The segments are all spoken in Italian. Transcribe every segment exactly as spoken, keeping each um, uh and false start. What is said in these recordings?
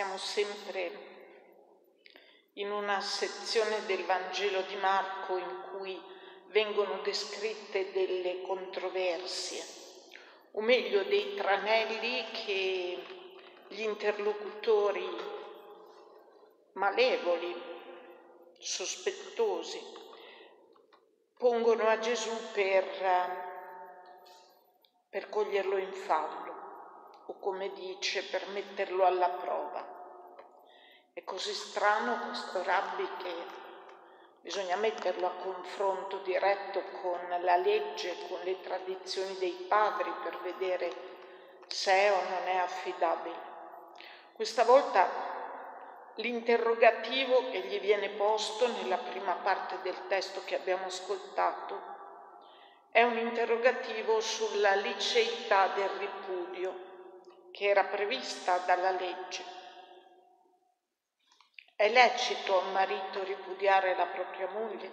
Siamo sempre in una sezione del Vangelo di Marco in cui vengono descritte delle controversie, o meglio dei tranelli che gli interlocutori malevoli, sospettosi, pongono a Gesù per, per coglierlo in fallo, o come dice, per metterlo alla prova. È così strano questo rabbi che bisogna metterlo a confronto diretto con la legge, con le tradizioni dei padri per vedere se è o non è affidabile. Questa volta l'interrogativo che gli viene posto nella prima parte del testo che abbiamo ascoltato è un interrogativo sulla liceità del ripudio che era prevista dalla legge. È lecito a un marito ripudiare la propria moglie?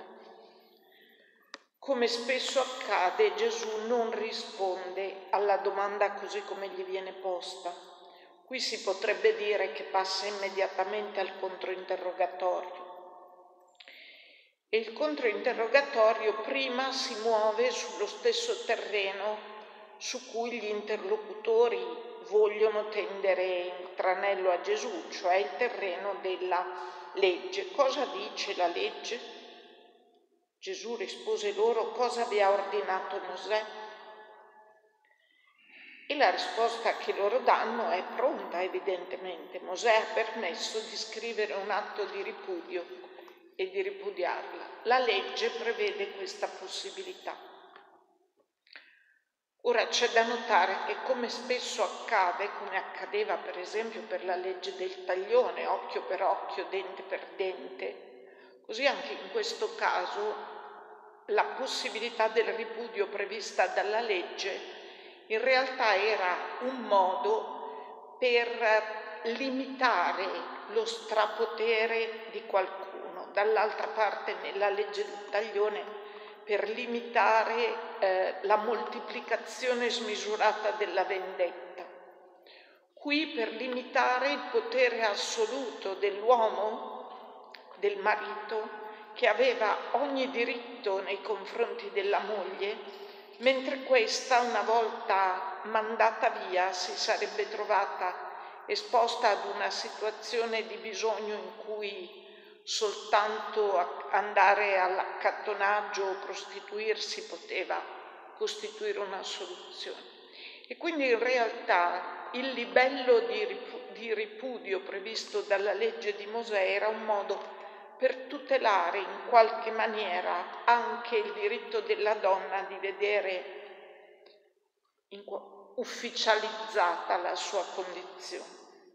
Come spesso accade, Gesù non risponde alla domanda così come gli viene posta. Qui si potrebbe dire che passa immediatamente al controinterrogatorio. E il controinterrogatorio prima si muove sullo stesso terreno su cui gli interlocutori vogliono tendere il tranello a Gesù, cioè il terreno della legge. Cosa dice la legge? Gesù rispose loro: cosa vi ha ordinato Mosè? E la risposta che loro danno è pronta, evidentemente. Mosè ha permesso di scrivere un atto di ripudio e di ripudiarla. La legge prevede questa possibilità. Ora c'è da notare che, come spesso accade, come accadeva per esempio per la legge del taglione, occhio per occhio, dente per dente, così anche in questo caso la possibilità del ripudio prevista dalla legge in realtà era un modo per limitare lo strapotere di qualcuno. Dall'altra parte, nella legge del taglione, per limitare eh, la moltiplicazione smisurata della vendetta. Qui per limitare il potere assoluto dell'uomo, del marito, che aveva ogni diritto nei confronti della moglie, mentre questa, una volta mandata via, si sarebbe trovata esposta ad una situazione di bisogno in cui soltanto andare all'accattonaggio o prostituirsi poteva costituire una soluzione. E quindi in realtà il livello di ripudio previsto dalla legge di Mosè era un modo per tutelare in qualche maniera anche il diritto della donna di vedere ufficializzata la sua condizione.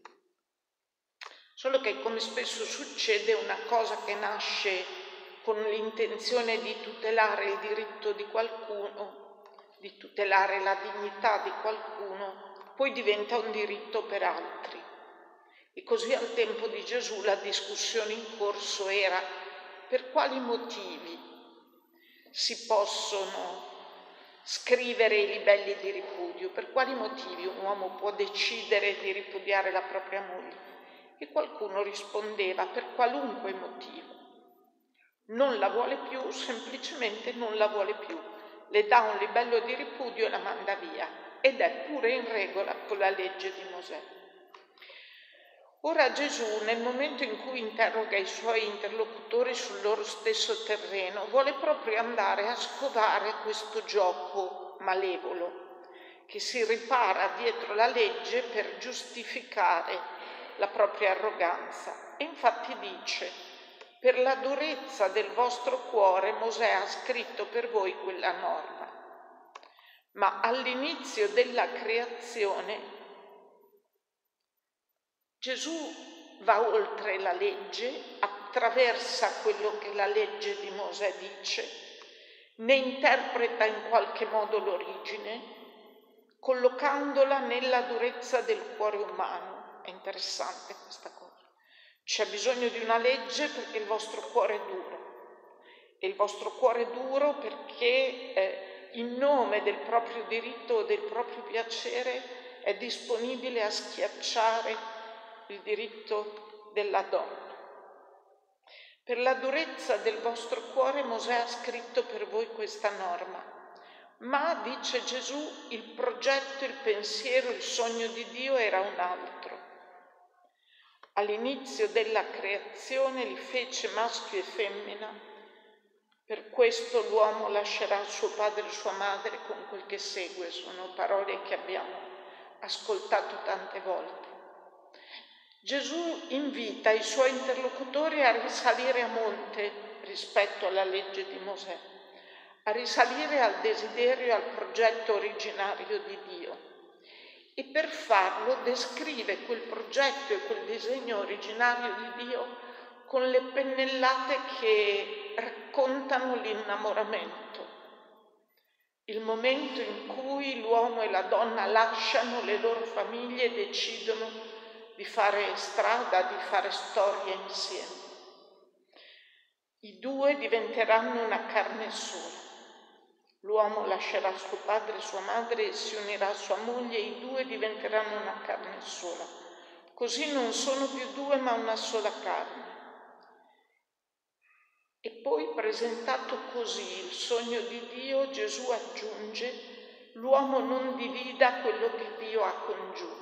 Solo che, come spesso succede, una cosa che nasce con l'intenzione di tutelare il diritto di qualcuno, di tutelare la dignità di qualcuno, poi diventa un diritto per altri. E così al tempo di Gesù la discussione in corso era: per quali motivi si possono scrivere i livelli di ripudio? Per quali motivi un uomo può decidere di ripudiare la propria moglie? E qualcuno rispondeva: per qualunque motivo. Non la vuole più, semplicemente non la vuole più. Le dà un livello di ripudio e la manda via. Ed è pure in regola con la legge di Mosè. Ora Gesù, nel momento in cui interroga i suoi interlocutori sul loro stesso terreno, vuole proprio andare a scovare questo gioco malevolo che si ripara dietro la legge per giustificare la propria arroganza. E infatti dice: per la durezza del vostro cuore Mosè ha scritto per voi quella norma. Ma all'inizio della creazione Gesù va oltre la legge, attraversa quello che la legge di Mosè dice, ne interpreta in qualche modo l'origine, collocandola nella durezza del cuore umano. È interessante questa cosa. C'è bisogno di una legge perché il vostro cuore è duro. E il vostro cuore è duro perché eh, in nome del proprio diritto o del proprio piacere è disponibile a schiacciare il diritto della donna. Per la durezza del vostro cuore Mosè ha scritto per voi questa norma. Ma, dice Gesù, il progetto, il pensiero, il sogno di Dio era un altro. All'inizio della creazione li fece maschio e femmina, per questo l'uomo lascerà suo padre e sua madre, con quel che segue. Sono parole che abbiamo ascoltato tante volte. Gesù invita i suoi interlocutori a risalire a monte rispetto alla legge di Mosè, a risalire al desiderio e al progetto originario di Dio. E per farlo descrive quel progetto e quel disegno originario di Dio con le pennellate che raccontano l'innamoramento, il momento in cui l'uomo e la donna lasciano le loro famiglie e decidono di fare strada, di fare storia insieme. I due diventeranno una carne sola. L'uomo lascerà suo padre e sua madre e si unirà a sua moglie, e i due diventeranno una carne sola. Così non sono più due ma una sola carne. E poi, presentato così il sogno di Dio, Gesù aggiunge: l'uomo non divida quello che Dio ha congiunto.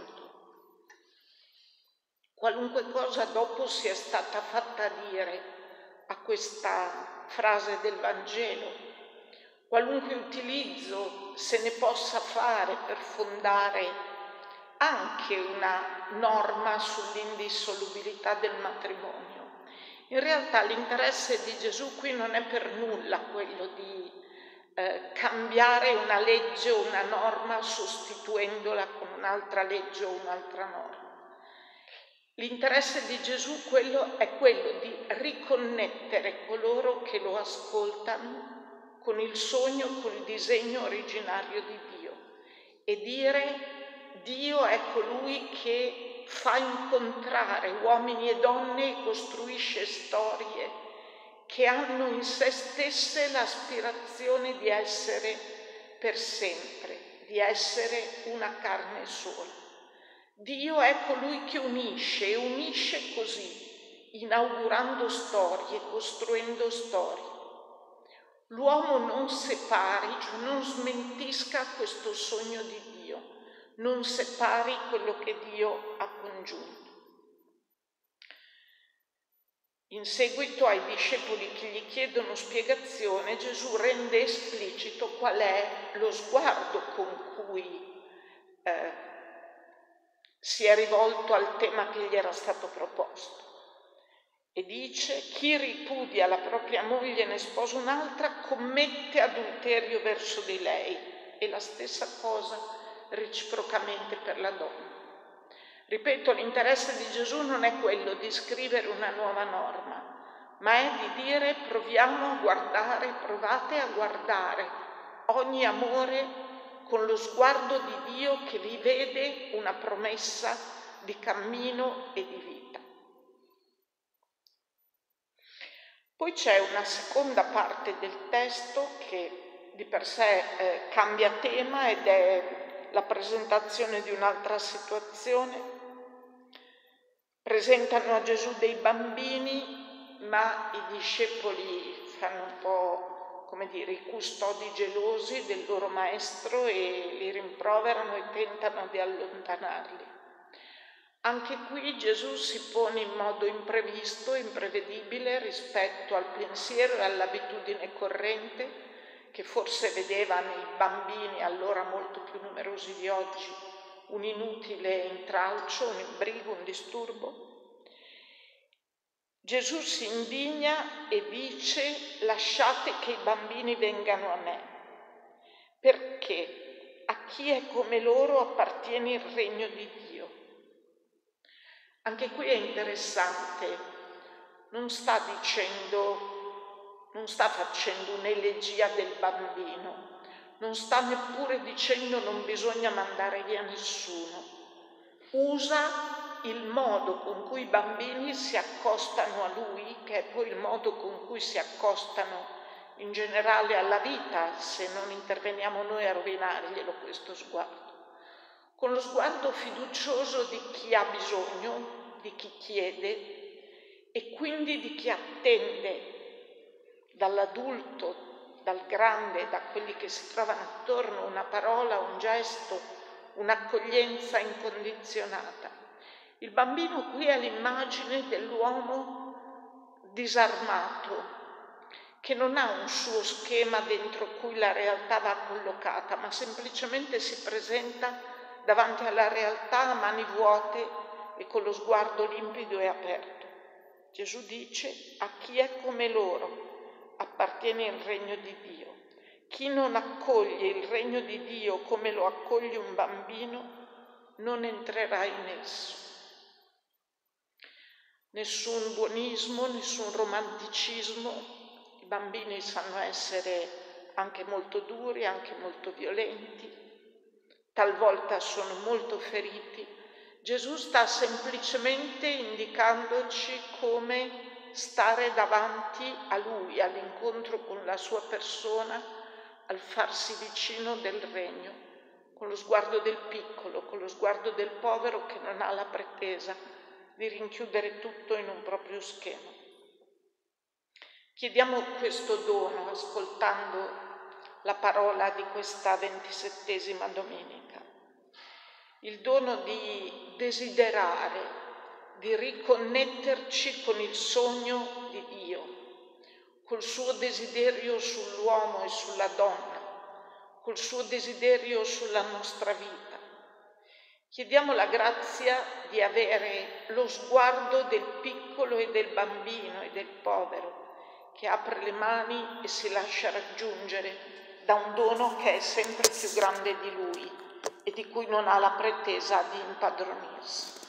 Qualunque cosa dopo sia stata fatta dire a questa frase del Vangelo, qualunque utilizzo se ne possa fare per fondare anche una norma sull'indissolubilità del matrimonio, in realtà l'interesse di Gesù qui non è per nulla quello di eh, cambiare una legge o una norma sostituendola con un'altra legge o un'altra norma. L'interesse di Gesù quello è quello di riconnettere coloro che lo ascoltano con il sogno, con il disegno originario di Dio e dire: Dio è colui che fa incontrare uomini e donne e costruisce storie che hanno in sé stesse l'aspirazione di essere per sempre, di essere una carne sola. Dio è colui che unisce e unisce così, inaugurando storie, costruendo storie. L'uomo non separi, cioè non smentisca questo sogno di Dio, non separi quello che Dio ha congiunto. In seguito ai discepoli che gli chiedono spiegazione, Gesù rende esplicito qual è lo sguardo con cui eh, si è rivolto al tema che gli era stato proposto. E dice: chi ripudia la propria moglie e ne sposa un'altra commette adulterio verso di lei, e la stessa cosa reciprocamente per la donna. Ripeto, l'interesse di Gesù non è quello di scrivere una nuova norma, ma è di dire: proviamo a guardare, provate a guardare ogni amore con lo sguardo di Dio che vi vede una promessa di cammino e di vita. Poi c'è una seconda parte del testo che di per sé eh, cambia tema ed è la presentazione di un'altra situazione. Presentano a Gesù dei bambini, ma i discepoli fanno un po', come dire, i custodi gelosi del loro maestro e li rimproverano e tentano di allontanarli. Anche qui Gesù si pone in modo imprevisto, imprevedibile rispetto al pensiero e all'abitudine corrente che forse vedeva nei bambini, allora molto più numerosi di oggi, un inutile intralcio, un imbrigo, un disturbo. Gesù si indigna e dice: lasciate che i bambini vengano a me, perché a chi è come loro appartiene il regno di Dio. Anche qui è interessante, non sta dicendo, non sta facendo un'elegia del bambino, non sta neppure dicendo non bisogna mandare via nessuno. Usa il modo con cui i bambini si accostano a lui, che è poi il modo con cui si accostano in generale alla vita, se non interveniamo noi a rovinarglielo questo sguardo. Con lo sguardo fiducioso di chi ha bisogno, di chi chiede e quindi di chi attende dall'adulto, dal grande, da quelli che si trovano attorno, una parola, un gesto, un'accoglienza incondizionata. Il bambino qui è l'immagine dell'uomo disarmato, che non ha un suo schema dentro cui la realtà va collocata, ma semplicemente si presenta davanti alla realtà a mani vuote e con lo sguardo limpido e aperto. Gesù dice: a chi è come loro appartiene il regno di Dio. Chi non accoglie il regno di Dio come lo accoglie un bambino non entrerà in esso. Nessun buonismo, nessun romanticismo. I bambini sanno essere anche molto duri, anche molto violenti, talvolta sono molto feriti. Gesù sta semplicemente indicandoci come stare davanti a Lui, all'incontro con la sua persona, al farsi vicino del regno, con lo sguardo del piccolo, con lo sguardo del povero che non ha la pretesa di rinchiudere tutto in un proprio schema. Chiediamo questo dono ascoltando la parola di questa ventisettesima domenica, il dono di desiderare, di riconnetterci con il sogno di Dio, col suo desiderio sull'uomo e sulla donna, col suo desiderio sulla nostra vita. Chiediamo la grazia di avere lo sguardo del piccolo e del bambino e del povero, che apre le mani e si lascia raggiungere da un dono che è sempre più grande di lui e di cui non ha la pretesa di impadronirsi.